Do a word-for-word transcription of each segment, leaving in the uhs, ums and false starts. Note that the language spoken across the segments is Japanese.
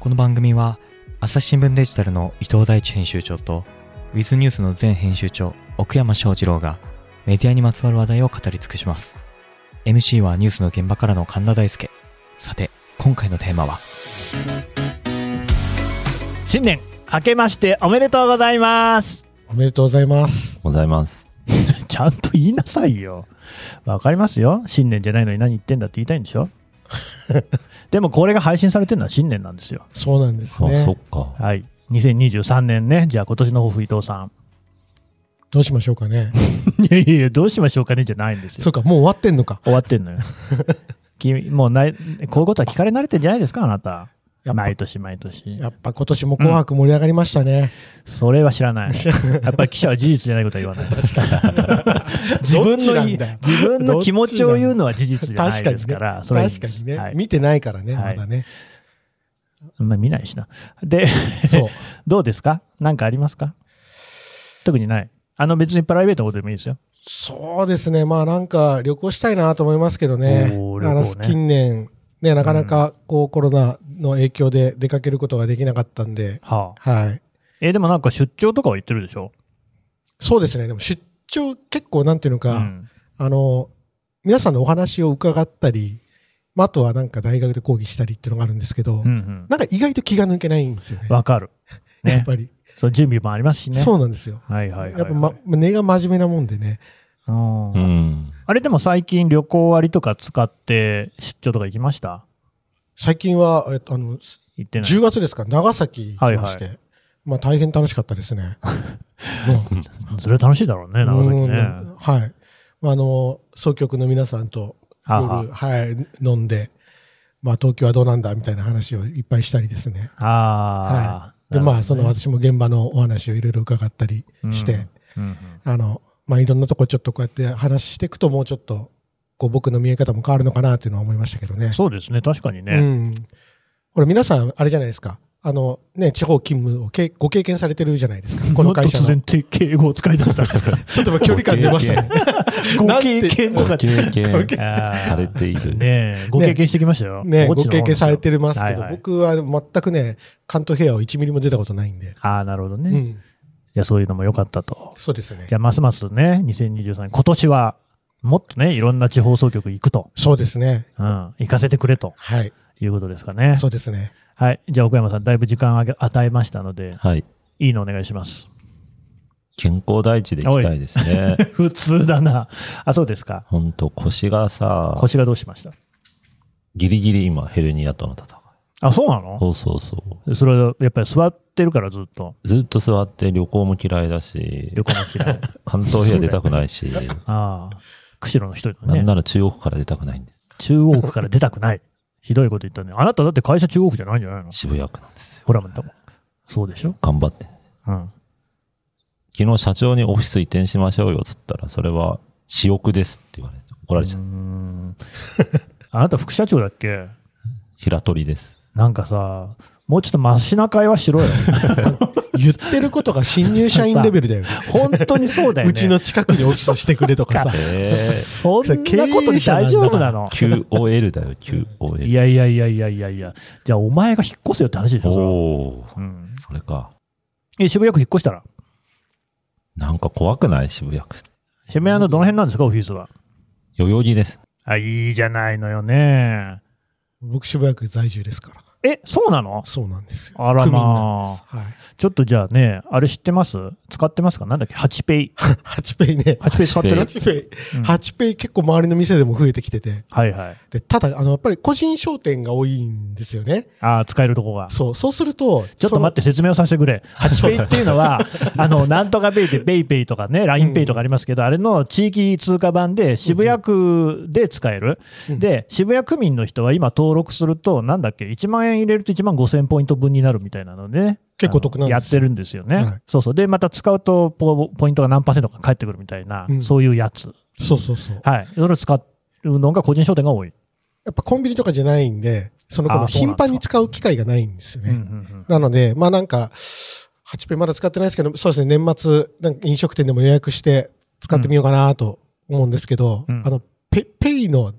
この番組は朝日新聞デジタルの伊藤大地編集長とウィズニュースの前編集長奥山翔二郎がメディアにまつわる話題を語り尽くします。 エムシー はニュースの現場からの神田大輔。さて今回のテーマは、 新年明けましておめでとうございます。 おめでとうございますございますちゃんと言いなさいよ。わかりますよ、新年じゃないのに何言ってんだって言いたいんでしょでもこれが配信されてるのは新年なんですよ。 そうなんですね。 あ、そっか。 はい、にせんにじゅうさんねんね。じゃあ今年の抱負、伊藤さん。 どうしましょうかねいやいやいや、どうしましょうかねじゃないんですよ。 そうか、もう終わってんのか。 終わってんのよ君もうないこういうことは聞かれ慣れてんじゃないですか、あなた。 やっぱ毎年毎年。 やっぱ今年も紅白盛り上がりましたね、 うん、それは知らない。やっぱり記者は事実じゃないことは言わない。確かに自分の自分の気持ちを言うのは事実じゃないですから。 確かにね、確かにね、はい、見てないからね、 はい、 まだね。 あんまり見ないしな。でそうどうですか、何かありますか。特にない。あの別にプライベートのことでもいいですよ。 そうですね、まあなんか旅行したいなと思いますけどね。 おー、旅行ね。 近年ね、なかなかこうコロナの影響で出かけることができなかったんで、 はあ、 はい。 えー、でもなんか出張とかは行ってるでしょ。 そうですね、でも出張結構なんていうのか、 うん、 あの皆さんのお話を伺ったり、まあ、あとはなんか大学で講義したりっていうのがあるんですけど、 うんうん、 なんか意外と気が抜けないんですよね。 わかる、ね、 やっぱりそう準備もありますしね。 そうなんですよ。 はいはいはいはい、 やっぱ、ま、根が真面目なもんでね。 うん、あれでも最近旅行割とか使って出張とか行きました？ 最近は、えっと、あの行ってない。 じゅうがつですか、長崎行きまして、はいはい、まあ、大変楽しかったですね。 それ楽しいだろうね、長崎ね。 はい、あの総局の皆さんと夜、はい、飲んで、まあ、東京はどうなんだみたいな話をいっぱいしたりですね。 あ、 はい、でまあ、その私も現場のお話をいろいろ伺ったりして、うんうんうん、あのまあ、いろんなとこちょっとこうやって話していくと、もうちょっとこう僕の見え方も変わるのかなというのは思いましたけどね。 そうですね、確かにね。 うん、これ皆さんあれじゃないですか、あのね、地方勤務をけご経験されてるじゃないですか、この会社の。 突然敬語を使い出したんですかちょっと距離感出ましたね。 ご経験とかご経験されているね。ご経験してきましたよ。 ね、ご経験されてますけど、 はいはい、 僕は全くね、関東平野をいちミリも出たことないんで。 ああ、なるほどね。うん、じゃあそういうのも良かったと。 そうですね。 じゃあますますね、にせんにじゅうさんねん、今年はもっとね、いろんな地方総局行くと。 そうですね。 うん、行かせてくれと。はい。いうことですかね。 そうですね。 はい。じゃあ奥山さん、だいぶ時間を与えましたので、 はい。 いいのお願いします。 健康第一で行きたいですね。 普通だな。あ、そうですか。 本当腰がさ、 腰がどうしました？ ギリギリ今ヘルニアとの戦い。 あ、そうなの？ そうそうそう。 それはやっぱり座ってるからずっと。 ずっと座って旅行も嫌いだし。 旅行も嫌い。 関東平野出たくないし。 ああ。釧路の人だね。 なんなら中央区から出たくないんです。 中央区から出たくない。ひどいこと言ったね。あなただって会社中央区じゃないんじゃないの？ 渋谷区なんですよ。 ほら、またも。そうでしょ？ 頑張って。うん。昨日社長にオフィス移転しましょうよっつったら、それは私欲ですって言われて怒られちゃう。うーんあなた副社長だっけ？ 平取です。 なんかさ、もうちょっとマシな会話しろよ。 言ってることが新入社員レベルだよね。 本当にそうだよね。 うちの近くにオフィスしてくれとかさ。 えー、そんなことに大丈夫なの？ キューオーエル だよ、キューオーエル。 いやいやいやいやいやいや。じゃあお前が引っ越せよって話でしょ。 おー、うん、それか。 え、渋谷区引っ越したら？ なんか怖くない？渋谷区。 渋谷のどの辺なんですか、オフィスは？ 代々木です。 あ、いいじゃないのよね。 僕渋谷区在住ですから。 え、そうなの？ そうなんですよ。 あらまあ、はい、ちょっとじゃあね、あれ知ってます？使ってますか？なんだっけ、ハチペイ。 ハチペイね。 ハチペイ使ってる？ ハチペイ、うん、ハチペイ結構周りの店でも増えてきてて。 はいはい。 で、ただ、あの、やっぱり個人商店が多いんですよね。 ああ、使えるとこが。 そう、そうすると。 ちょっと待って、説明をさせてくれ。ハチペイっていうのは、あの、なんとかペイでペイペイとかね、ラインペイとかありますけど、うん、あれの地域通貨版で渋谷区で使える。うん、で、渋谷区民の人は今登録すると、なんだっけ、いちまんえん入れるといちまんごせんポイント分になるみたいなので、ね、 結構得なんですよ。 やってるんですよね、はい、そうそう。でまた使うとポ、ポイントが何パーセントか返ってくるみたいな、うん、そういうやつ。 そうそうそう。 はい。それを使うのが個人商店が多い。 やっぱコンビニとかじゃないんで、その子頻繁に使う機会がないんですよね。うんうんうん、なので、まあなんか、ハチペイまだ使ってないですけど、そうですね、年末、なんか飲食店でも予約して使ってみようかなと思うんですけど、うん、あのペ、ペイの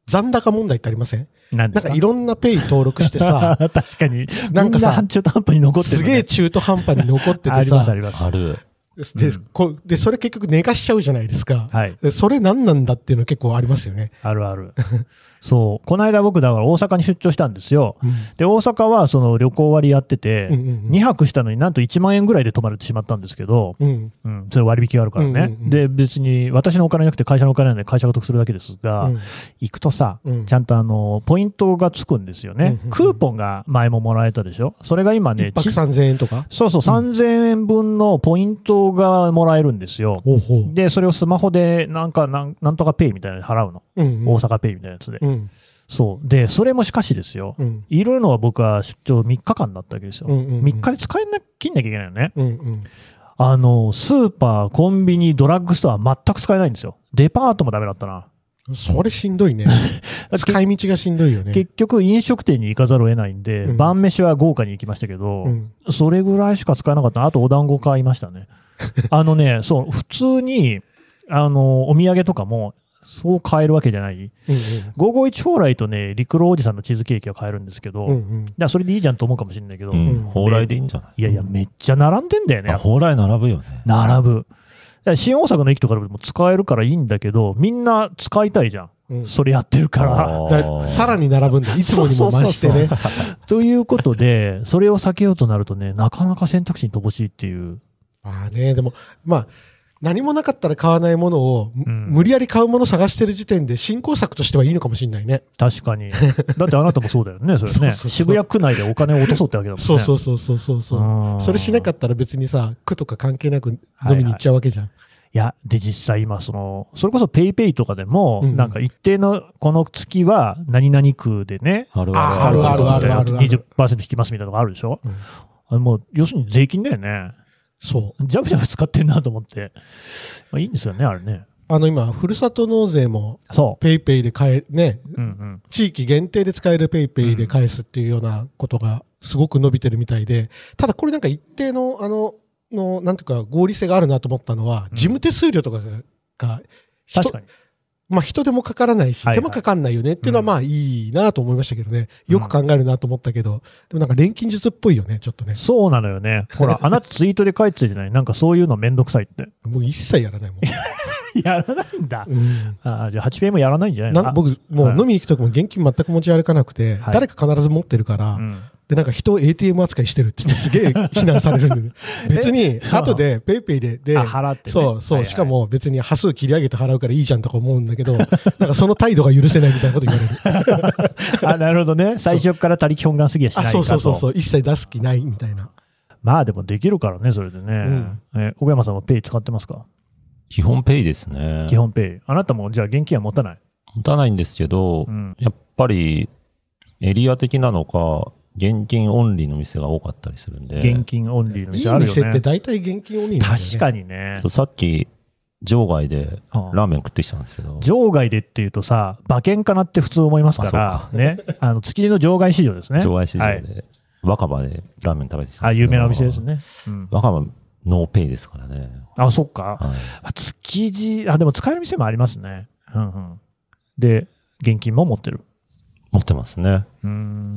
残高問題ってありません？ なんですか？ なんかいろんなペイ登録してさ、 確かに。 なんかさ、 中途半端に残ってる、ね。 すげえ中途半端に残っててさ、 ありますあります。 ある。 で、うん、こで、それ結局寝かしちゃうじゃないですか。 はい。 でそれ何なんだっていうの結構ありますよね。 あるある。そう。この間僕だから大阪に出張したんですよ。うん、で、大阪はその旅行割やってて、うんうんうん、にはくしたのになんといちまんえんぐらいで泊まれてしまったんですけど、うんうん、それ割引があるからね、うんうんうん。で、別に私のお金じゃなくて会社のお金なんで会社が得するだけですが、うん、行くとさ、うん、ちゃんとあの、ポイントがつくんですよね、うんうんうん。クーポンが前ももらえたでしょ。それが今ね、いっぱくさんぜんえんとかそうそう、さんぜんえんぶんのポイントがもらえるんですよ。 ほうほう。 で、それをスマホでなんかなん、なんとかペイみたいなので払うの、うんうん。大阪ペイみたいなやつで。うんそうでそれもしかしですよ、うん、いろいろのは僕は出張みっかかんだったわけですよ、うんうんうん、みっかで使い切んなきゃいけないよね、うんうん、あのスーパー、コンビニ、ドラッグストア全く使えないんですよ。デパートもダメだったな。 それしんどいね使い道がしんどいよね。 結局飲食店に行かざるを得ないんで、うん、晩飯は豪華に行きましたけど、うん、それぐらいしか使えなかった。あとお団子買いましたねあのねそう普通にあのお土産とかもそう買えるわけじゃない、うんうん、ごーごーいち蓬莱とね陸路おじさんのチーズケーキは買えるんですけど、うんうん、いやそれでいいじゃんと思うかもしれないけど、うん、 蓬莱でいいんじゃない？ いやいやめっちゃ並んでんだよね。 蓬莱並ぶよね。 並ぶ。新大阪の駅とかでも使えるからいいんだけどみんな使いたいじゃん、うん、それやってるからださらに並ぶんだいつもにも増してねそうそうそうということでそれを避けようとなるとねなかなか選択肢に乏しいっていう。 ああねでもまあ何もなかったら買わないものを、うん、無理やり買うもの探してる時点で進行策としてはいいのかもしれないね。 確かに。だってあなたもそうだよね、それね。そうそうそう渋谷区内でお金を落とそうってわけだもんね。 そうそうそうそうそうそう。それしなかったら別にさ、区とか関係なく飲みに行っちゃうわけじゃん。はいはい、 いや、で実際今その、それこそペイペイとかでも、うん、なんか一定のこの月は何々区でね、 あるあるあるあるある。 にじゅっパーセント 引きますみたいなのがあるでしょ。うん、あれもう要するに税金だよね。 そう。 ジャブジャブ使ってんなと思って。まあ、いいんですよね、あれね。 あの今、ふるさと納税も、ペイペイで買え、ね、うんうん、地域限定で使えるペイペイで返すっていうようなことがすごく伸びてるみたいで、ただこれなんか一定の、あの、のなんていうか合理性があるなと思ったのは、うん、事務手数料とかが、 確かに。 まあ人手もかからないし、手間かかんないよねっていうのはまあいいなと思いましたけどね。よく考えるなと思ったけど、でもなんか錬金術っぽいよね、ちょっとね。 そうなのよね。ほら、あなたツイートで書いてたじゃない。なんかそういうのめんどくさいって。 もう一切やらないもん。 やらないんだ。うん、あじゃあ はちペイ もやらないんじゃないの？ 僕、もう飲みに行くときも現金全く持ち歩かなくて、はい、誰か必ず持ってるから、うんで、なんか人を エーティーエム 扱いしてるって言ってすげえ非難されるんで、別に後でペイペイで、で、 払ってね、 そうそう、はいはい、しかも別に端数切り上げて払うからいいじゃんとか思うんだけど、なんかその態度が許せないみたいなこと言われる。 あ、なるほどね。最初から他力本願すぎやしないかと。 あ、そうそうそう、一切出す気ないみたいな。 まあでもできるからね、それでね。うん、え、小山さんはペイ使ってますか？ 基本ペイですね。 基本ペイ。あなたもじゃあ現金は持たない？ 持たないんですけど、うん、やっぱりエリア的なのか、現金オンリーの店が多かったりするんで。 現金オンリーの店あるよね。 いい店って大体現金オンリーなんだよね。 確かにね。 そう、さっき、場外でラーメン食ってきたんですけど。 場外でっていうとさ、馬券かなって普通思いますから、かね。あの、築地の場外市場ですね。 場外市場で、はい、若葉でラーメン食べてきたんですけど。 あ、有名なお店ですね。 うん、若葉ノーペイですからね。 あ、そっか。はい、築地、あ、でも使える店もありますね。うんうん。で、現金も持ってる。 持ってますね。うん。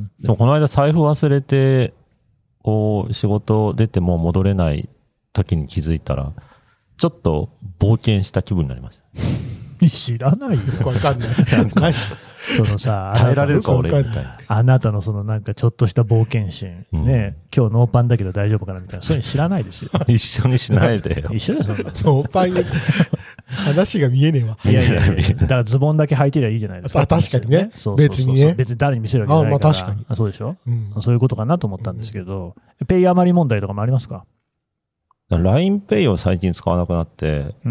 でもこの間財布忘れて、こう仕事出ても戻れない時に気づいたら、ちょっと冒険した気分になりました。 知らないよ。 わかんない。 そのさ、 耐えられるか俺みたいな。 あなたのそのなんかちょっとした冒険心、うん、ね、今日ノーパンだけど大丈夫かなみたいな、そういうの知らないですよ。 一緒にしないでよ。 一緒ですよ。 ノーパン話が見えねえわ。 いやいやいや、だからズボンだけ履いてりゃいいじゃないですか。 あ、確かにね。 そうそうそうそう、 別にね。 別に誰に見せるわけじゃないから。 あ、まあ確かに。 あ、そうでしょ、うん、そういうことかなと思ったんですけど、うん、ペイ余り問題とかもありますか？ ラインペイ を最近使わなくなって、うん、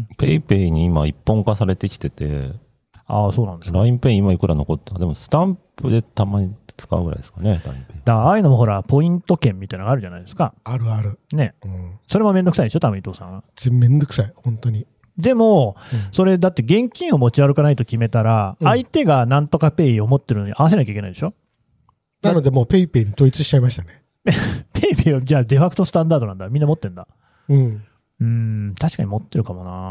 ペイペイに今一本化されてきてて、 ああ、そうなんですか。 ラインペイ今いくら残った？でもスタンプでたまに使うぐらいですかね、ラインペイ。 だからああいうのもほら、ポイント券みたいなのがあるじゃないですか。 あるある。 ね。うん、それもめんどくさいでしょ、多分伊藤さんは。 めんどくさい、本当に。 でも、うん、それだって現金を持ち歩かないと決めたら、うん、相手がなんとかペイを持ってるのに合わせなきゃいけないでしょ。 なのでもうペイペイに統一しちゃいましたね。 ペイペイはじゃあデファクトスタンダードなんだ。みんな持ってんだ。 うん。 うん、確かに持ってるかもな。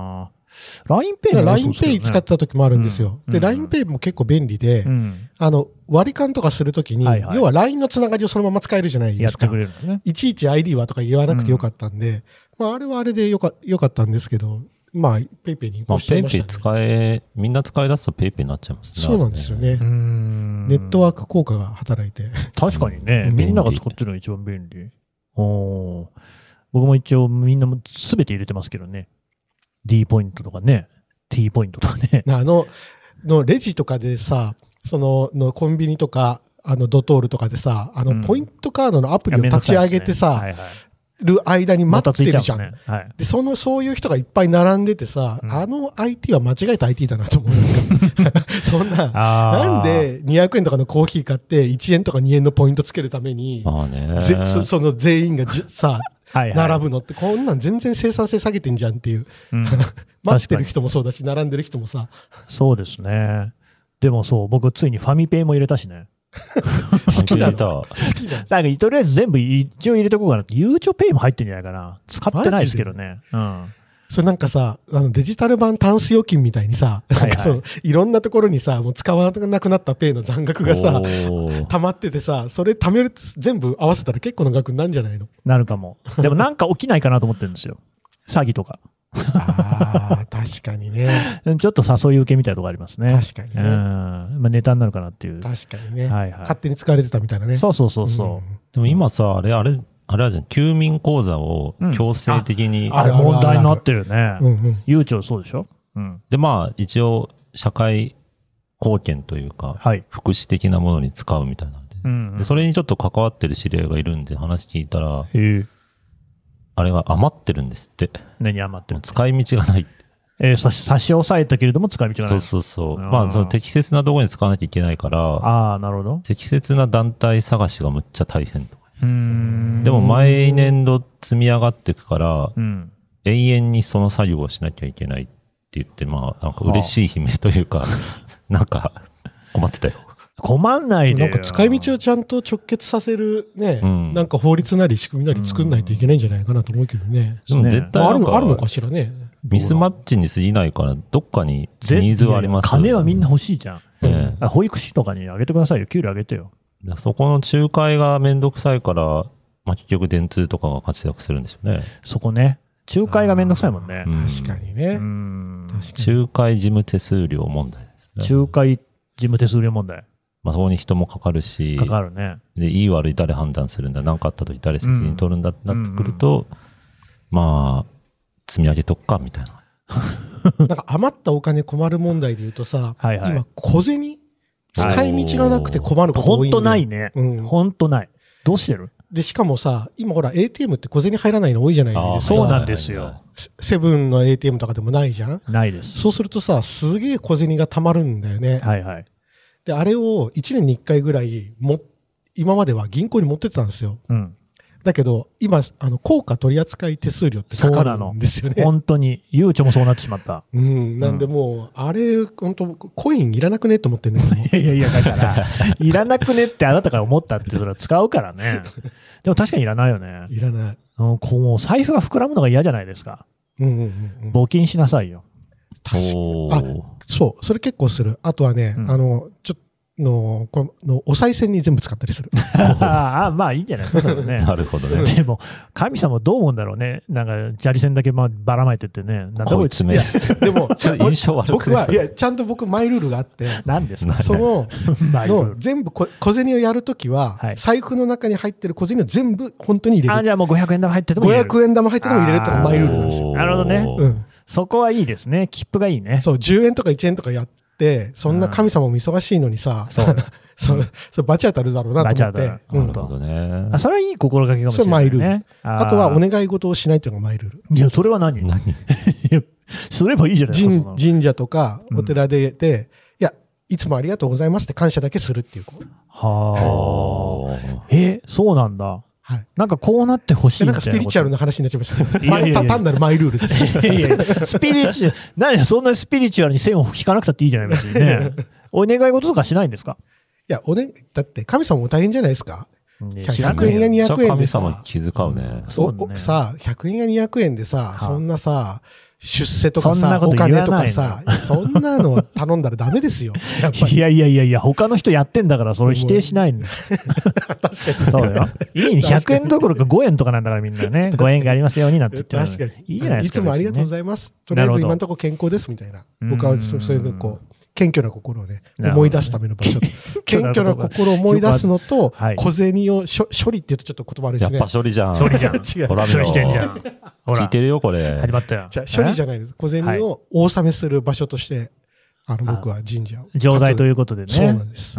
ラインペイラインペイ使ってた時もあるんですよ。 うん、 で、ラインペイ も結構便利で、うん、あの、割り勘とかするときに、はいはい、要は ライン のつながりをそのまま使えるじゃないですか。 やってくれるんですね。 いちいち アイディー はとか言わなくてよかったんで、うん、まあ、あれはあれでよか、よかったんですけど、まあ、ペイペイに移行しちゃいましたね。 まあ、ペイペイ使え、みんな使い出すとペイペイになっちゃいますね。 そうなんですよね。うーんネットワーク効果が働いて。 確かにね、うん、みんなが使ってるのが一番便利。お僕も一応みんなも全て入れてますけどね。D ポイントとかね、T ポイントとかね。 あの、のレジとかでさ、その、のコンビニとか、あの、ドトールとかでさ、あの、うん、ポイントカードのアプリを立ち上げてさ、はいはいる間に待ってるじゃん。ねはい、で、その、そういう人がいっぱい並んでてさ、うん、あの アイティー は間違えた アイティー だなと思う。そんな、なんでにひゃくえんとかのコーヒー買っていちえんとかにえんのポイントつけるために、ぜ そ, その全員がじさ、はいはい、並ぶのって、こんなん全然生産性下げてんじゃんっていう。うん、待ってる人もそうだし、並んでる人もさ。 そうですね。でもそう、僕ついにファミペイも入れたしね。 好きだと。好きだ。だからとりあえず全部一応入れておこうかなって。ゆうちょペイも入ってんじゃないかな。使ってないですけどね。うん。 それなんかさ、あのデジタル版タンス預金みたいにさ、なんかそう、いろんなところにさ、もう使わなくなったペイの残額がさ、溜まっててさ、それ貯めると全部合わせたら結構な額になるんじゃないの？ なるかも。でもなんか起きないかなと思ってるんですよ。詐欺とか。 ああ、確かにね。 ちょっと誘い受けみたいなとこありますね。 確かにね。うん。 まあ、ネタになるかなっていう。 確かにね。はいはい。勝手に使われてたみたいなね。 そうそうそうそう。うん、 でも今さ、あれ、あれ、あれはじゃん、休眠口座を強制的に、 うん、あれ問題になってるね。うんうん。ゆうちょそうでしょ？ うん。で、まあ、一応、社会貢献というか、はい、福祉的なものに使うみたいなので、うんうん、で。それにちょっと関わってる知り合いがいるんで話聞いたら、へーあれが余ってるんですって。 何余ってるんですか？ 使い道がないって。 えー、差し、差し押さえたけれども使い道がない。 そうそうそう。まあ、その適切なところに使わなきゃいけないから、 ああ、なるほど。 適切な団体探しがむっちゃ大変と。うーんでも毎年度積み上がっていくから、うん、永遠にその作業をしなきゃいけないって言って、まあ、なんか嬉しい悲鳴というか、なんか困ってたよ。 困んないでなんか使い道をちゃんと直結させるね、うん、なんか法律なり仕組みなり作んないといけないんじゃないかなと思うけどね。 でも絶対なんかあるのかしらね。 ミスマッチに過ぎないから、どっかにニーズはありますよね。 金はみんな欲しいじゃん。ね、保育士とかにあげてくださいよ。給料あげてよ。 そこの仲介がめんどくさいから、まあ、結局電通とかが活躍するんですよね。 そこね。仲介がめんどくさいもんね。 確かにね。うん仲介事務手数料問題ですね。仲介事務手数料問題。 まあ、そこに人もかかるし、 かかるね。 で、いい悪い誰判断するんだ、何かあった時誰責任取るんだってなってくると、うんうん、まあ、積み上げとくか、みたいな。 なんか余ったお金困る問題で言うとさ、はいはい、今、小銭使い道がなくて困ること多いんだよ。 ほんとないね。うん、ほんとない。どうしてる？ で、しかもさ、今ほら エーティーエム って小銭入らないの多いじゃないですか。 そうなんですよ。 セブンの エーティーエム とかでもないじゃん？ ないです。 そうするとさ、すげえ小銭が溜まるんだよね。はいはい。で、あれをいちねんにいっかいぐらいも、今までは銀行に持ってってたんですよ。うん。だけど、今、あの、硬貨取扱手数料ってかかるんですよね。 本当に。ゆうちょもそうなってしまった。 うん。なんでもう、あれ、本当コインいらなくねと思ってんだけど。 いやいやいや、だから、いらなくねってあなたから思ったって、それは使うからね。でも確かにいらないよね。 いらない。 うん、こう、財布が膨らむのが嫌じゃないですか。うんうんうん、うん。募金しなさいよ。 確かに。あ、そう。それ結構する。あとはね、うん、あの、ちょっと、の、この、お賽銭に全部使ったりする。 ああ、まあいいんじゃないですか、ね。 なるほどね。 でも、神様どう思うんだろうね。なんか、砂利線だけまあばらまいてってね。なんこいつめ。 でも、 印象悪く僕は、いや、ちゃんと僕、マイルールがあって。 何ですか？ その、の、全部小銭をやるときは、はい、財布の中に入ってる小銭を全部本当に入れる。 あ、じゃあもうごひゃくえん玉入ってても入れる。 ごひゃくえん玉入ってても入れるってのがマイルールなんですよ。 なるほどね。うん。そこはいいですね。切符がいいね。 そう、じゅうえんとかいちえんとかやって、そんな神様も忙しいのにさ、そう。それ、それバチ当たるだろうなと思って。なるほどね。あ、それはいい心がけかもしれないね。それマイルール。 あとはお願い事をしないっていうのがマイルール。 いや、それは何？何？すればいいじゃないですか。 神社とかお寺で、で、いや、いつもありがとうございますって感謝だけするっていう。 はあ。え、そうなんだ。はい。なんかこうなってほしいみたいな。 なんかスピリチュアルな話になっちゃいましたね。いやいやいや単なるマイルールです。いやいやスピリチュアル、何そんなスピリチュアルに線を引かなくたっていいじゃないですかね。お願い事とかしないんですか？ いや、おね、だって神様も大変じゃないですか。ひゃくえんやにひゃくえんでさ。 神様に気遣うね。 そうね。さ、ひゃくえんやにひゃくえんでさ、そんなさ、 出世とかそんなさ、おこと言わない金とかさ、そんなの頼んだらダメですよ。やっぱり。 いやいやいやいや、他の人やってんだから、それ否定しないんだよ。 確かに。 そうよ。いいね、ひゃくえんどころかごえんとかなんだからみんなね、ごえんがありますようになって言ってるの確かに。 いいじゃないですか。 いつもありがとうございます。とりあえず今のところ健康ですみたいな。僕はそうそういうのこう、謙虚な心をね、思い出すための場所。謙虚な心を思い出すのと、小銭をしょ処理って言うとちょっと言葉ですね。 やっぱ処理じゃん。 処理じゃん。 違う。 ほら処理してんじゃん。ほら。 聞いてるよ、これ。 始まったよ。 じゃあ処理じゃないです。小銭を大納めする場所として、あの、僕は神社を。 浄土ということでね。 そうなんです。 うん。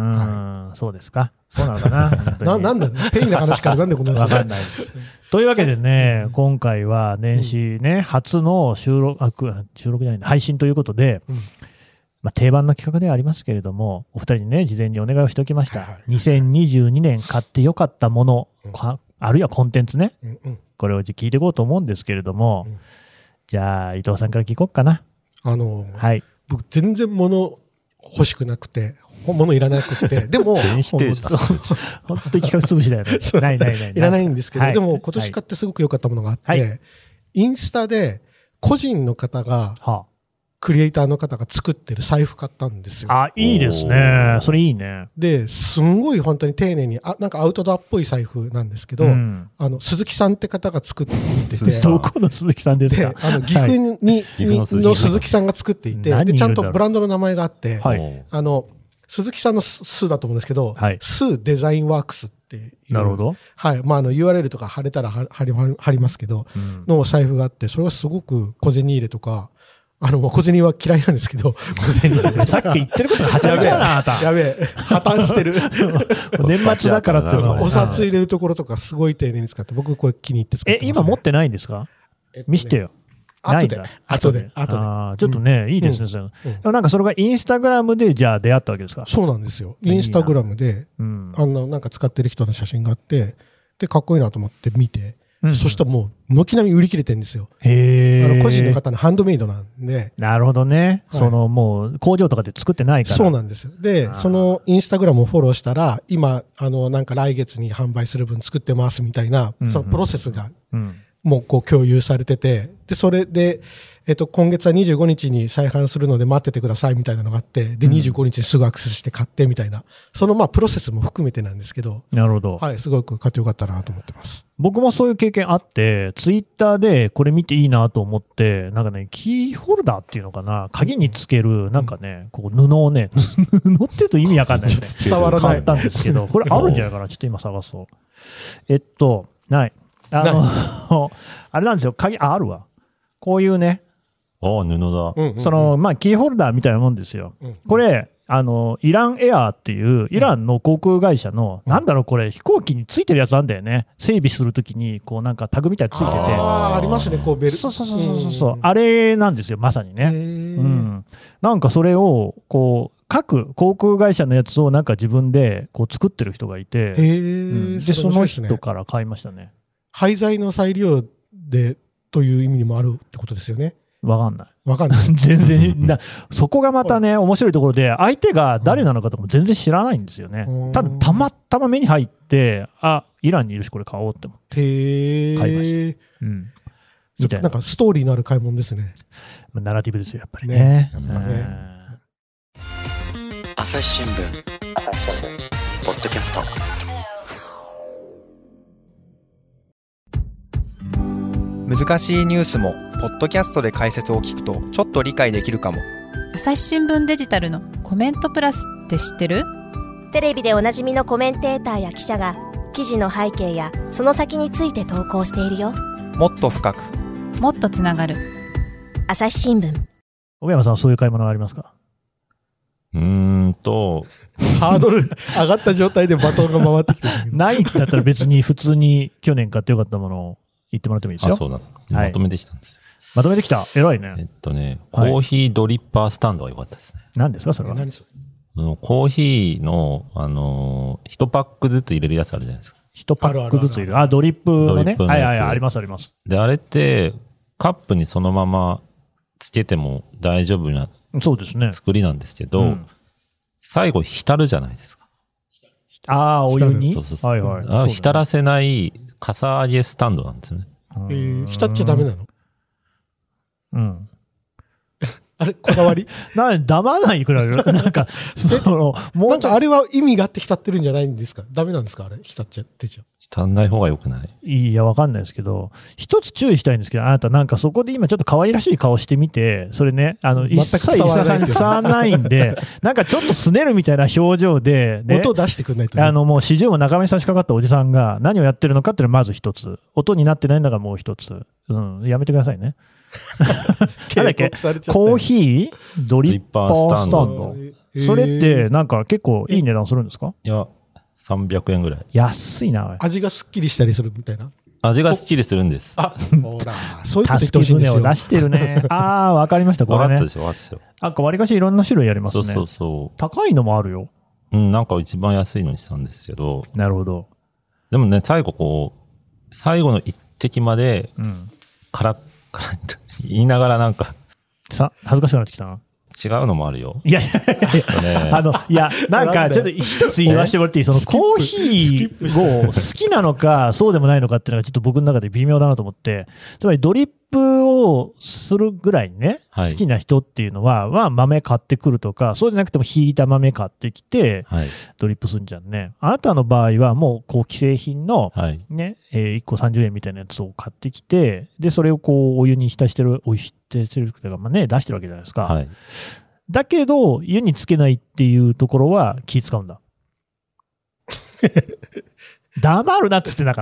そうですか。そうなのかな。 な、なんだ、ペイな話からなんでこんなわかんないです。というわけでね、今回は年始ね、初の収録、あ、収録じゃない、配信ということで、まあ、定番の企画ではありますけれども、お二人にね、事前にお願いをしておきました。はいはい、にせんにじゅうにねん買ってよかったもの、うん、あるいはコンテンツね、うんうん、これを聞いていこうと思うんですけれども、うん、じゃあ、伊藤さんから聞こうかな。 あのー、 はい、 僕、全然物欲しくなくて、物いらなくて、でも、 全否定した。 本当に企画潰しだよね。ないないない。 いらないんですけど、はい、でも今年買ってすごく良かったものがあって、はい、インスタで個人の方が、はあ、クリエイターの方が作ってる財布買ったんですよ。 あ、いいですね。それいいね。 で、すんごい本当に丁寧に、あ、なんかアウトドアっぽい財布なんですけど、うん、あの、鈴木さんって方が作ってて。 どこの鈴木さんですか？ あの、岐阜に、はい、にの鈴木さんが作っていて、で、ちゃんとブランドの名前があって、はい、あの、鈴木さんのスだと思うんですけど、はい、スデザインワークスっていう。 なるほど。 はい。まあ、あの、ユーアールエル とか貼れたら貼り、貼りますけど、うん、の財布があって、それがすごく小銭入れとか、あの、小銭は嫌いなんですけど、小銭入れ。 さっき言ってることがはちゃめちゃだな、あなた。 やべえ。破綻してる。 年末だからっていうのは。 お札入れるところとかすごい丁寧に使って、僕これ気に入って使ってます、ね。 え、今持ってないんですか？えっとね、見してよ。 後で。後で。後で。 ああ、ちょっとね、うん、いいですね、それ。うん、なんかそれがインスタグラムでじゃあ出会ったわけですか？ そうなんですよ。インスタグラムで、うん、あの、なんか使ってる人の写真があって、で、かっこいいなと思って見て、うん、そしたらもう、軒並み売り切れてるんですよ。 へあの、個人の方のハンドメイドなんで。 なるほどね。はい、その、もう、工場とかで作ってないから。 そうなんですよ。で、その、インスタグラムをフォローしたら、今、あの、なんか来月に販売する分作ってますみたいな、そのプロセスが、もう、こう、共有されてて、で、それで、えっと、今月はにじゅうごにちに再販するので待っててくださいみたいなのがあって、で、にじゅうごにちにすぐアクセスして買ってみたいな、そのまあプロセスも含めてなんですけど。 なるほど。 はい、すごく買ってよかったなと思ってます。 僕もそういう経験あって、ツイッターでこれ見ていいなと思って、なんかね、キーホルダーっていうのかな、鍵につける、なんかね、こう布をね、布って言うと意味わかんないですね。 伝わらない。 買ったんですけど、これあるんじゃないかな、ちょっと今探そう。えっと、ない。あの、あれなんですよ、鍵、あ、あるわ。こういうね、 ああ、布だ。 うんうん、その、まあ、キーホルダーみたいなもんですよ。うんうん、これ、あの、イランエアーっていう、イランの航空会社の、うん、なんだろう、これ、飛行機についてるやつなんだよね。整備するときに、こう、なんかタグみたいについてて。 ああ、ありますね、こう、ベルト。 そうそうそうそうそう。あれなんですよ、まさにね。うん。なんかそれを、こう、各航空会社のやつをなんか自分で、こう、作ってる人がいて。うん、で、その人から買いましたね。 廃材の再利用で、という意味にもあるってことですよね。 わかんない。 わかんない。 全然な、そこがまたね、面白いところで、相手が誰なのかとかも全然知らないんですよね。ただ、たまたま目に入って、あ、イランにいるし、これ買おうって思って。 へ買いました。うん。みたいな。 なんかストーリーのある買い物ですね。 ナラティブですよ、やっぱりね。 朝日新聞。朝日新聞。ポッドキャスト。 難しいニュースもポッドキャストで解説を聞くとちょっと理解できるかも。 朝日新聞デジタルのコメントプラスって知ってる？ テレビでおなじみのコメンテーターや記者が記事の背景やその先について投稿しているよ。 もっと深く、 もっとつながる。 朝日新聞。 小山さんはそういう買い物はありますか？ うーんとハードル上がった状態でバトンが回ってきてるないんだったら別に普通に去年買ってよかったものを言ってもらってもいいですよ。 あ、そうなんです。まとめてきたんですよ。 まとめてきた。偉いね。 えっとね、コーヒードリッパースタンドが良かったですね。 何ですかそれは？ 何それ？ コーヒーの、あのー、一パックずつ入れるやつあるじゃないですか。 一パックずつ入れる。あ、ドリップのね。はいはいはい、ありますあります。 で、あれって、カップにそのままつけても大丈夫なそうですね。 作りなんですけど、うん、最後浸るじゃないですか。 ああ、お湯に？ そうそうそう。 はいはい。 あ、浸らせない、かさ上げスタンドなんですよね。 えー、浸っちゃダメなの？ うん。 あれこだわりな黙らないくらいなんか、その、 もうなんかあれは意味があって浸ってるんじゃないんですか？ダメなんですか？あれ浸っちゃってちゃう。 浸んない方が良くない？ いや、わかんないですけど、一つ注意したいんですけど、あなたなんかそこで今ちょっと可愛らしい顔してみて、それね、あの、一切石田さんに伝わらないんで、なんかちょっとすねるみたいな表情で、ね、 音を出してくんないと、ね。 あの、もう四十も中目に差し掛かったおじさんが何をやってるのかっていうのがまず一つ。音になってないのがもう一つ。うん、やめてくださいね。なんだっけ、コーヒードリッパースタンド。それってなんか結構いい値段するんですか？ いや、さんびゃくえんぐらい。 安いな。 味がすっきりしたりするみたいな。 味がすっきりするんです。 あ、ほら、そういうこと言ってほしいんですよ。 助け舟を出してるね。ああ、わかりました。これね。 わかったでしょ、わかったでしょ。 なんかわりかしいろんな種類ありますね。 そうそうそう。 高いのもあるよ。 うん、なんか一番安いのにしたんですけど。 なるほど。 でもね、最後こう、最後の一滴まで、 うん、 カラッカラッと言いながらなんか。 さ、恥ずかしくなってきたな。 違うのもあるよ。 いやいやいや、ね、あの、いや、なんかちょっと一つ言わせてもらっていい？そのコーヒーを好きなのか、そうでもないのかっていうのがちょっと僕の中で微妙だなと思って、つまりドリップをするぐらいね、はい、好きな人っていうのは、まあ豆買ってくるとか、そうじゃなくてもひいた豆買ってきて、はい、ドリップするんじゃんね。あなたの場合はもう、こう、既製品の、ね、はい、えー、いっこさんじゅうえんみたいなやつを買ってきて、で、それをこう、お湯に浸してる、お湯浸してるというか、まあね、出してるわけじゃないですか。はい、だけど、湯につけないっていうところは気使うんだ。黙るなって言ってんだから。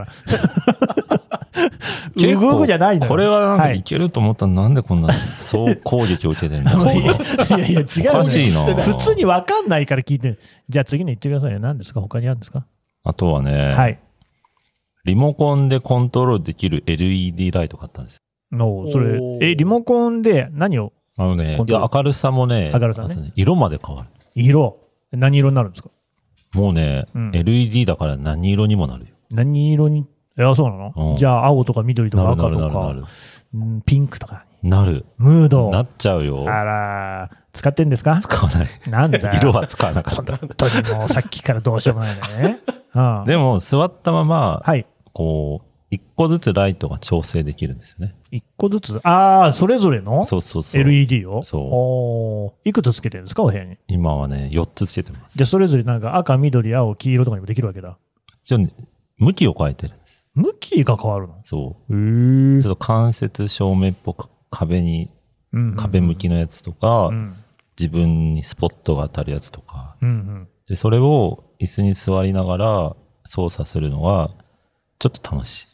うぐうぐじゃないのよ。 これはなんかいけると思ったらなんでこんな総攻撃を受けてんの？いやいや違う、ね。 おかしいな。 普通に分かんないから聞いて。じゃあ次の言ってくださいよ。何ですか？他にあるんですか？ あとはね、はい、リモコンでコントロールできる エルイーディー ライト買ったんですよ。 おそれ、え、リモコンで何を？ あのね、いや明るさもね、 明るさね、 ね色まで変わる。 色？何色になるんですか？ もうね、うん、エルイーディー だから何色にもなるよ。 何色に？いや、そうなの、うん、じゃあ、青とか緑とか赤とか、ピンクとかに。なる。 ムード。 なっちゃうよ。 あら、使ってんですか？ 使わない。 なんだよ。 色は使わなかった。 本当にもうさっきからどうしようもないね。うん、 でも、座ったまま、 はい、 こう、一個ずつライトが調整できるんですよね。 一個ずつ？ああ、それぞれの？ そうそうそう。 エルイーディー を？ そう。 おいくつつけてるんですか、お部屋に？ 今はね、よっつつけてます。 じゃあ、それぞれなんか赤、緑、青、黄色とかにもできるわけだ。 じゃあ、ね、向きを変えてるんです。 向きが変わるの？ そう。 へー。 ちょっと間接照明っぽく壁に、うんうんうん、壁向きのやつとか、うん、自分にスポットが当たるやつとか、 うんうん、 で、それを椅子に座りながら操作するのは、ちょっと楽しい。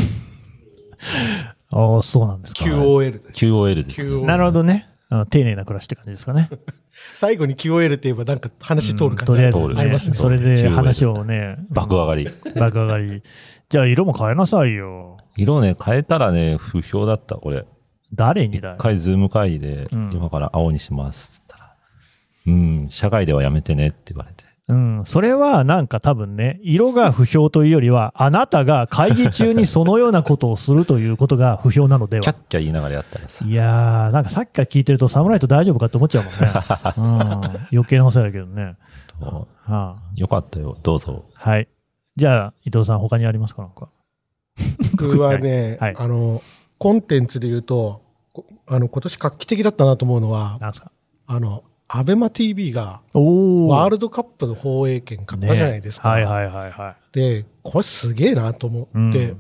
ああ、そうなんですか。 キューオーエル です。 キューオーエル ですね。 なるほどね。あの丁寧な暮らしって感じですかね。 最後に キューオーエル って言えばなんか話通る感じ、うん、 とりあえず、ね、ありますね。それで話をね。 爆上がり。 爆上がり。じゃあ色も変えなさいよ。 色ね、変えたらね、不評だった、これ。 誰にだよ。 一回ズーム会議で、うん、今から青にしますって言ったら、うん、社外ではやめてねって言われて。 うん、それはなんか多分ね、色が不評というよりは、あなたが会議中にそのようなことをするということが不評なのでは。 キャッキャ言いながらやったらさ。 いやー、なんかさっきから聞いてると、サムライト大丈夫かって思っちゃうもんね。うん、余計なお世話だけどね。 はあ、よかったよ、どうぞ。 はい。じゃあ、伊藤さん、他にありますかなんか。 僕はね、はい、あの、コンテンツで言うと、あの、今年画期的だったなと思うのは、 なんすか？ あの、アベマ ティービー がワールドカップの放映権買ったじゃないですか。 ね、はいはいはいはい。 で、これすげえなと思って、うん、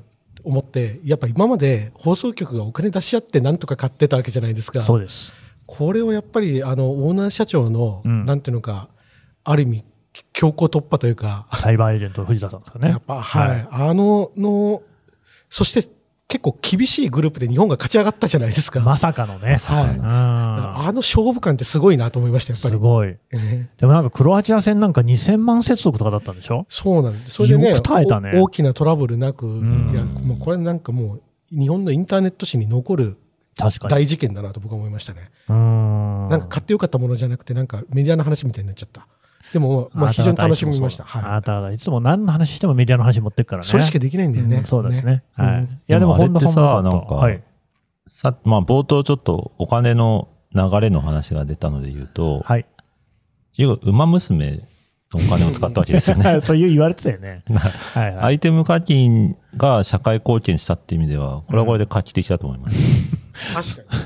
思って、やっぱ今まで放送局がお金出し合ってなんとか買ってたわけじゃないですか。 そうです。 これをやっぱりあのオーナー社長の、うん、なんていうのか、ある意味強行突破というか。 サイバーエージェントの藤田さんですかね。 やっぱ、はい。はい、あの、の、そして、結構厳しいグループで日本が勝ち上がったじゃないですか。 まさかのね。 はい。あの勝負感ってすごいなと思いました、やっぱり。 すごい。えー、でもなんかクロアチア戦なんかにせんまん接続とかだったんでしょ？ そうなんです。それでね、 よく耐えたね。 大きなトラブルなく、いや、もうこれなんかもう日本のインターネット史に残る大事件だなと僕は思いましたね。うんなんか買ってよかったものじゃなくて、なんかメディアの話みたいになっちゃった。でも、まあ、非常に楽しみました。 はい。あなたはいつも何の話してもメディアの話持ってくからね。 それしかできないんだよね。 うん、そうですね。ねはい。 うん、 いや、でも本田さんさ、なんか、はい、さ、まあ、冒頭ちょっとお金の流れの話が出たので言うと、 はい。 ウマ娘のお金を使ったわけですよね。 そういう言われてたよね。 はいはい。アイテム課金が社会貢献したっていう意味では、これはこれで画期的だと思います。 確かに。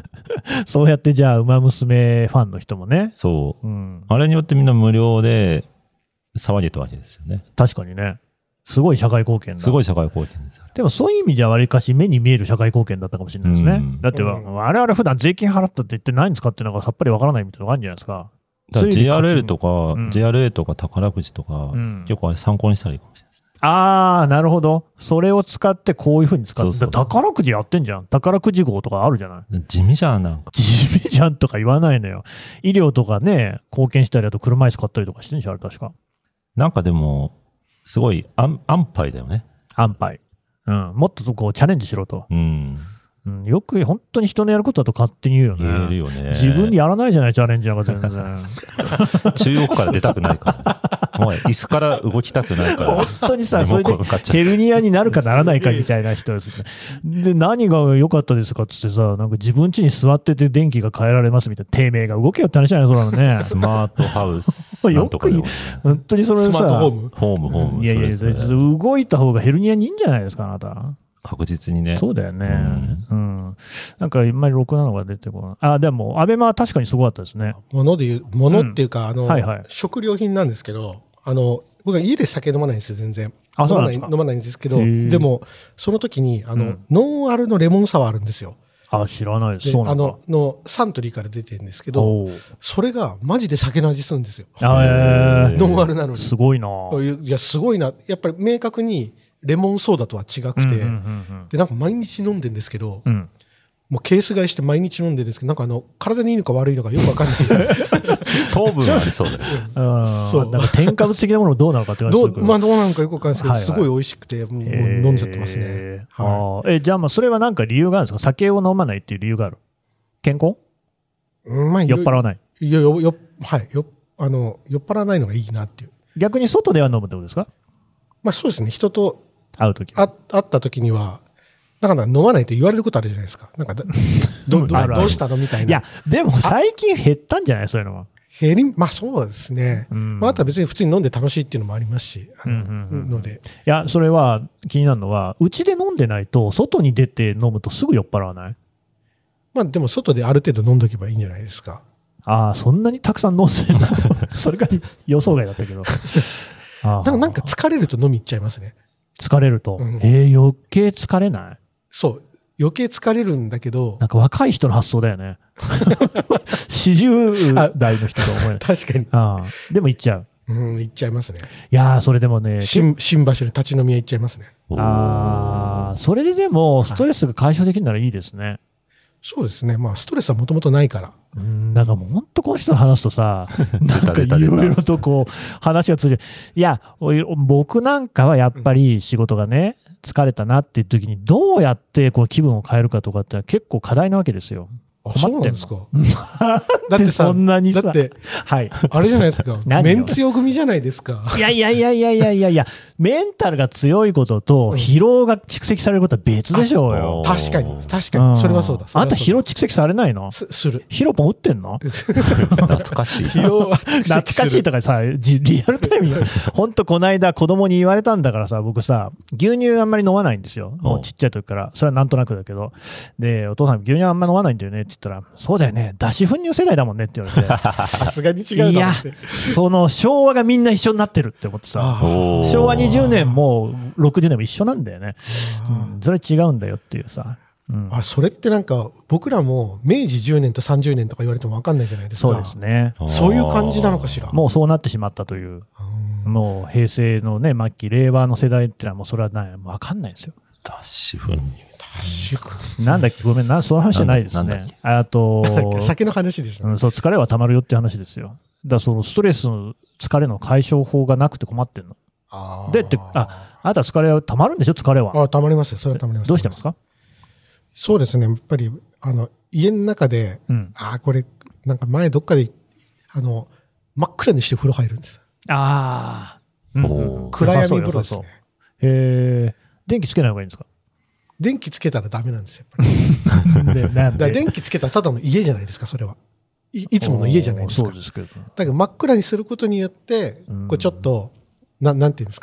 そうやってじゃあ、ウマ娘ファンの人もね。 そう、 うん。 あれによってみんな無料で騒げたわけですよね。 確かにね。すごい社会貢献だ。 すごい社会貢献ですよ。 でもそういう意味じゃわりかし目に見える社会貢献だったかもしれないですね。うん、だって、うん、我々普段税金払ったって言って何使ってるのかさっぱりわからないみたいなのがあるんじゃないですか。 だから ジェイアールエル とか、うん、ジェイアールエー とか宝くじとか、うん、結構あれ参考にしたらいいかもしれないですね。 あー、なるほど。それを使ってこういうふうに使って、そうそうそう宝くじやってんじゃん。宝くじ号とかあるじゃない。 地味じゃん、なんか。 地味じゃんとか言わないのよ。医療とかね、貢献したり、あと車椅子買ったりとかしてんでしょ、あれ確か。 なんかでも、すごい安牌だよね。 安牌。うん。もっとこうチャレンジしろと。うん。うん、よく本当に人のやることだと勝手に言うよね。 言えるよね。 自分にやらないじゃない、チャレンジなんか全然。 中国から出たくないから。もう椅子から動きたくないから。 本当にさ、それでヘルニアになるかならないかみたいな人ですね。で、何が良かったですかってってさ、なんか自分家に座ってて電気が変えられますみたいな、低迷が動けよって話じゃない、そうなのね。 スマートハウス。 よく言う。本当にそれさ。 スマートホームホーム、ホーム。 いやいや、動いた方がヘルニアにいいんじゃないですか、あなた。 確実にね。 そうだよね。うん。うん、なんか、あんまりろくなのが出てこない。あ、でも、アベマは確かにすごかったですね。 物で言う、物っていうか、うん、あの、 はいはい、 食料品なんですけど、あの、僕は家で酒飲まないんですよ、全然。 あ、そうなんですか。飲まないんですけど、でも、その時に、あの、うん、ノンアルのレモンサワーあるんですよ。 あ、知らないです。そうなんだ。 あの、の、サントリーから出てるんですけど、それがマジで酒の味するんですよ。 あ、えー、 ノンアルなのに。 すごいな。 いや、すごいな。やっぱり明確に、レモンソーダとは違くて、うんうんうんうん、でなんか毎日飲んでるんですけど、うん、もうケース買いして毎日飲んでるんですけど、なんかあの体にいいのか悪いのかよくわかんない糖分ありそうだよ、 ね、そうなんか添加物的なものどうなのかって感じですけど、 まあどうなのかよくわかんないですけど、はいはい、すごい美味しくてもう飲んじゃってますね。 えーはい、あえじゃあまあそれはなんか理由があるんですか。酒を飲まないっていう理由がある。健康、 うんまあ、 酔っ払わない。 いやよよはいよあの酔っ払わないのがいいなっていう。 逆に外では飲むってことですか。 まあそうですね。人と会うときあ会ったときには、だから飲まないと言われることあるじゃないですか。なんかどどどうしたのみたいな。 いや、でも最近減ったんじゃないそういうのは。 減り、まあそうですね。うん、まああとは別に普通に飲んで楽しいっていうのもありますし、あの、うんうんうん、ので。 いや、それは気になるのは、うちで飲んでないと、外に出て飲むとすぐ酔っ払わない？ まあでも外である程度飲んどけばいいんじゃないですか。 ああ、そんなにたくさん飲んでるのそれが予想外だったけど。 あなんかなんか疲れると飲み行っちゃいますね。 疲れると、うん、えー、余計疲れない？ そう余計疲れるんだけど、 なんか若い人の発想だよねよんじゅう代の人と思え確かに。 あでも行っちゃう。 うん行っちゃいますね。 いやーそれでもね新新橋で立ち飲み屋行っちゃいますね。 ああそれででもストレスが解消できるならいいですね、はい、 そうですね。まあストレスはもともとないから。 うん、なんかもう本当この人と話すとさ、なんかいろいろとこう話が通じる。いや、僕なんかはやっぱり仕事がね、疲れたなっていう時にどうやってこう気分を変えるかとかって結構課題なわけですよ。 困ってんですか。 だってそんなにさ、 だって、 はい、 あれじゃないですか。メンツヨ組じゃないですか。 いやいやいやいやいやいやいや、メンタルが強いことと疲労が蓄積されることは別でしょうよ。 確かに、確かに、それはそうだ。 あんた疲労蓄積されないの？ す、する。 ヒロポン打ってんの？ 懐かしい。 疲労は蓄積する。 懐かしいとかさ、リアルタイムに、ほんとこの間子供に言われたんだからさ、僕さ、牛乳あんまり飲まないんですよ。もうちっちゃい時から。それはなんとなくだけど。で、お父さん牛乳あんまり飲まないんだよねって言ったら、そうだよね、脱脂粉乳世代だもんねって言われて。 さすがに違うなって。いや、 その昭和がみんな一緒になってるって思ってさ、昭和にじゅうねんもろくじゅうねんも一緒なんだよね。うん、それ違うんだよっていうさ。うん、あそれってなんか僕らも明治じゅうねんとさんじゅうねんとか言われても分かんないじゃないですか。 そうですね。 そういう感じなのかしら。 もうそうなってしまったという。もう平成のね末期令和の世代ってのはもうそれはない分かんないんですよ。 脱脂粉乳。 なんだっけごめんなその話じゃないですね。あと酒の話ですね、 うん。そう疲れはたまるよって話ですよ。だからそのストレス疲れの解消法がなくて困ってんの。あでってああなた疲れはたまるんでしょ疲れは。 あたまりますよそれはたまります。 どうしてますか。 そうですねやっぱりあの家の中で、うん、あこれなんか前どっかであの真っ暗にして風呂入るんです。 ああ、 うん、暗闇風呂ですね。 へえ電気つけない方がいいんですか。 電気つけたらダメなんですよやっぱりでなんでだ電気つけたらただの家じゃないですかそれは。い, いつもの家じゃないですか。 そうですけど。 だから真っ暗にすることによって、うん、こうちょっとななんていうんですか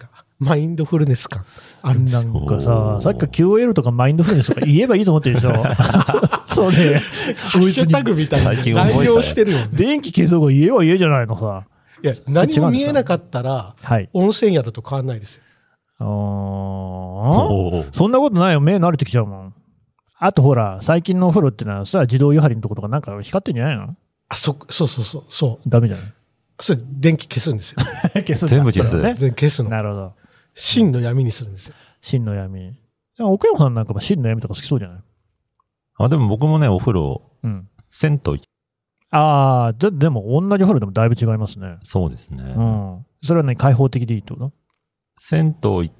マインドフルネス感あるんですよ。 なんかさ、さっきから キューオーエル とかマインドフルネスとか言えばいいと思ってるでしょ。そうね。 ハッシュタグみたいな内容してるよね。 電気消そうが言えば言えじゃないのさ。 いや、何も見えなかったら、 はい、 温泉宿と変わんないですよ。 あそんなことないよ。目慣れてきちゃうもん。あとほら、最近のお風呂ってのはさ、自動湯張りのとことかなんか光ってんじゃないの？ あ、そ、そうそうそう。そう。 ダメじゃない？ それ、電気消すんですよ。 消すんだ。 全部消す。 ね、 全部消すの。 なるほど。 真の闇にするんですよ。 真の闇。奥山さんなんかも真の闇とか好きそうじゃない？ あ、でも僕もね、お風呂、うん、銭湯。 ああ、で、でも同じお風呂でもだいぶ違いますね。 そうですね。 うん。それはね、開放的でいいってこと？ 銭湯行って、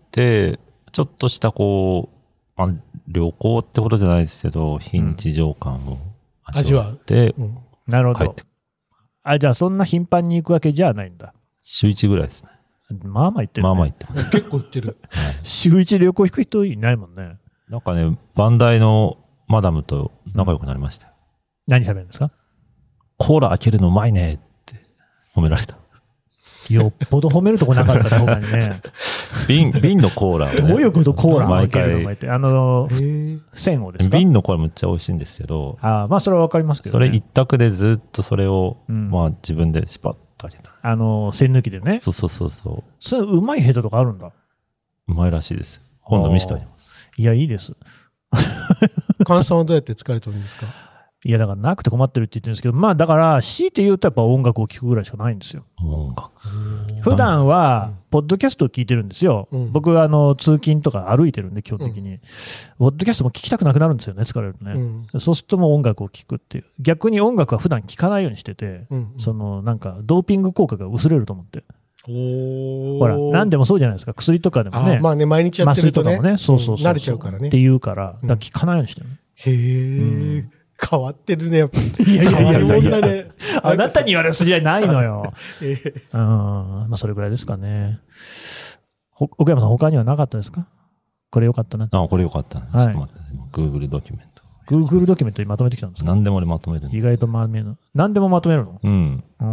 ちょっとしたこう、まあ、旅行ってことじゃないですけど、非日常感を味わって、 うんうん、なるほど。あ、じゃあそんな頻繁に行くわけじゃないんだ。 週一ぐらいですね。 まあまあ行ってる、ね。 まあまあ行ってます。 結構行ってる。 週一旅行行く人いないもんね。 なんかね、バンダイのマダムと仲良くなりましたよ。 何喋るんですか？ コーラ開けるのうまいねって褒められた。 よっぽど褒めるとこなかったね、他にね。 瓶、瓶のコーラを、ね。 どういうことコーラ毎回。 あの、線をですか？ 瓶のコーラめっちゃ美味しいんですけど。 ああ、まあそれはわかりますけど、ね。 それ一択でずっとそれを、うん、まあ自分でスパッと開けた。 あの、栓抜きでね。 そうそうそうそう。 それうまい下手とかあるんだ。 うまいらしいです。今度見せてあげます。 いや、いいです。 菅さんはどうやって疲れてるんですか？ いや、だからなくて困ってるって言ってるんですけど、まあだから、強いて言うとやっぱ音楽を聴くぐらいしかないんですよ。 音楽。 普段は、ポッドキャストを聞いてるんですよ。うん、僕はあの通勤とか歩いてるんで、基本的に、うん。ポッドキャストも聞きたくなくなるんですよね、疲れるとね。うん、そうするともう音楽を聴くっていう。逆に音楽は普段聴かないようにしてて、うんうん、そのなんかドーピング効果が薄れると思って。ほら、何でもそうじゃないですか。薬とかでもね。 あまあね、毎日やってるとね。 麻酔とかもね、そうそうそう。 慣れちゃうからね。 って言うから、だから聞かないようにしてる。 へー。うん変わってるね、やっぱり。 いやいやいやいやいやね、 あなたに言われる筋合いないのよ。えー、うん、まあそれぐらいですかね。奥山さん、他にはなかったですか？これ良かったな。 あ、これ良かったな。はい、ちょっと待って、Google ドキュメント。 Google ドキュメントにまとめてきたんですか？ 何でも俺まとめる意外とまとめる。何でもまとめるの？ うん。 うん。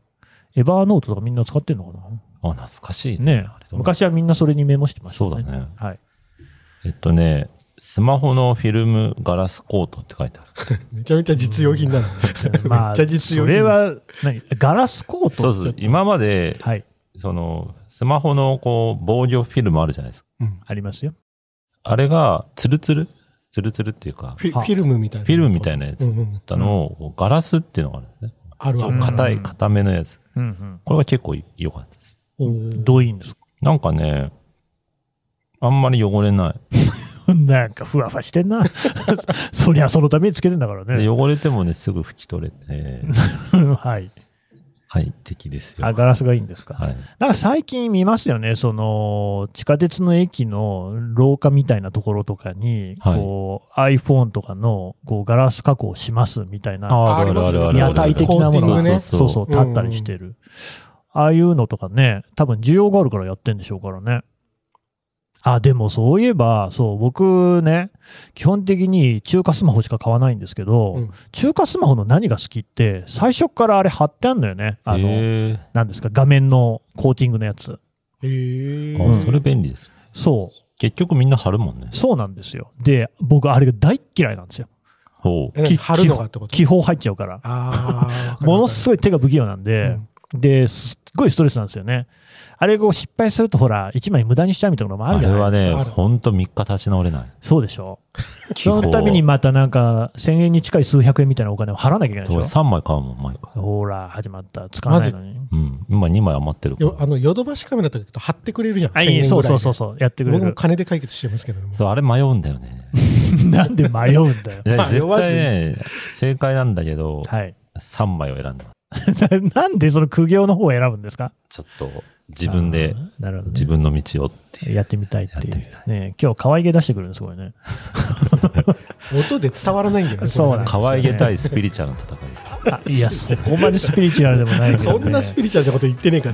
エバーノートとかみんな使ってんのかな？ あ、懐かしいね。ね昔はみんなそれにメモしてましたね。 そうだね。 はい。 えっとね、スマホのフィルムガラスコートって書いてある。 めちゃめちゃ実用品なの。 まあ、めっちゃ実用品。それは何、ガラスコート？ そうそう。今まで、 はい、 その、スマホのこう、防御フィルムあるじゃないですか。 うん、ありますよ。 あれが、ツルツルツルツルっていうか。 フィ、フィルムみたいな。 フィルムみたいなやつだったのを、うんうん、ガラスっていうのがあるんですね。 あるある。 硬い、硬めのやつ。 うんうん、 これが結構良かったです。 どういいんですか？ なんかね、あんまり汚れない。 なんかふわふわしてんな。そりゃそのためにつけてんだからね。 汚れてもね、すぐ拭き取れて。 はい。 快適ですよ。 あ、ガラスがいいんですか。 はい。 なんか最近見ますよね、その、地下鉄の駅の廊下みたいなところとかに、こう、はい、iPhone とかの、こう、ガラス加工しますみたいな、 ああるあるある。 屋台的なものが、ね、そうそう、立ったりしてる。うんうん、ああいうのとかね、多分需要があるからやってんでしょうからね。あ、でもそういえば、そう、僕ね、基本的に中華スマホしか買わないんですけど、うん、中華スマホの何が好きって、最初からあれ貼ってあるのよね。あの、なんですか、画面のコーティングのやつ。 へー。 あ、それ便利です。 そう。 結局みんな貼るもんね。 そうなんですよ。で、僕あれが大嫌いなんですよ。 ほう。貼るのがってこと？ 気泡入っちゃうから。 ああ。 ものすごい手が不器用なんで、うん、で、すっごいストレスなんですよね。あれを失敗するとほら、一枚無駄にしちゃうみたいなのもあるじゃないですか。 あれはね、ほんとみっか立ち直れない。 そうでしょ。その度にまたなんか、せんえんに近い数百円みたいなお金を払わなきゃいけないでしょ。 さんまい買うもん、毎回。 ほら、始まった。使わないのに。 うん。今にまい余ってるから。 あの、ヨドバシカメラとかと貼ってくれるじゃん。 あ、いい、そうそうそうそう。やってくれる。 僕も金で解決してますけども。 そう、あれ迷うんだよね。 なんで迷うんだよ。 絶対ね、正解なんだけど、はい。さんまいを選んだ。 なんでその苦行の方を選ぶんですか？ ちょっと自分で、ね、自分の道をってやってみたいっていう。ね、今日可愛げ出してくるんですごいね。 音で伝わらないんだよね。 そうなんですよね。 可愛げたいスピリチュアルの戦いです。 あ、いや、そこまでスピリチュアルでもないけど、ね。 そんなスピリチュアルなこと言ってねえから。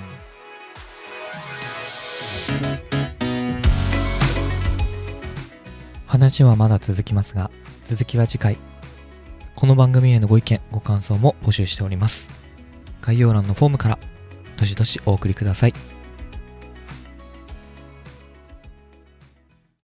話はまだ続きますが、続きは次回。この番組へのご意見、ご感想も募集しております。概要欄のフォームからどしどしお送りください。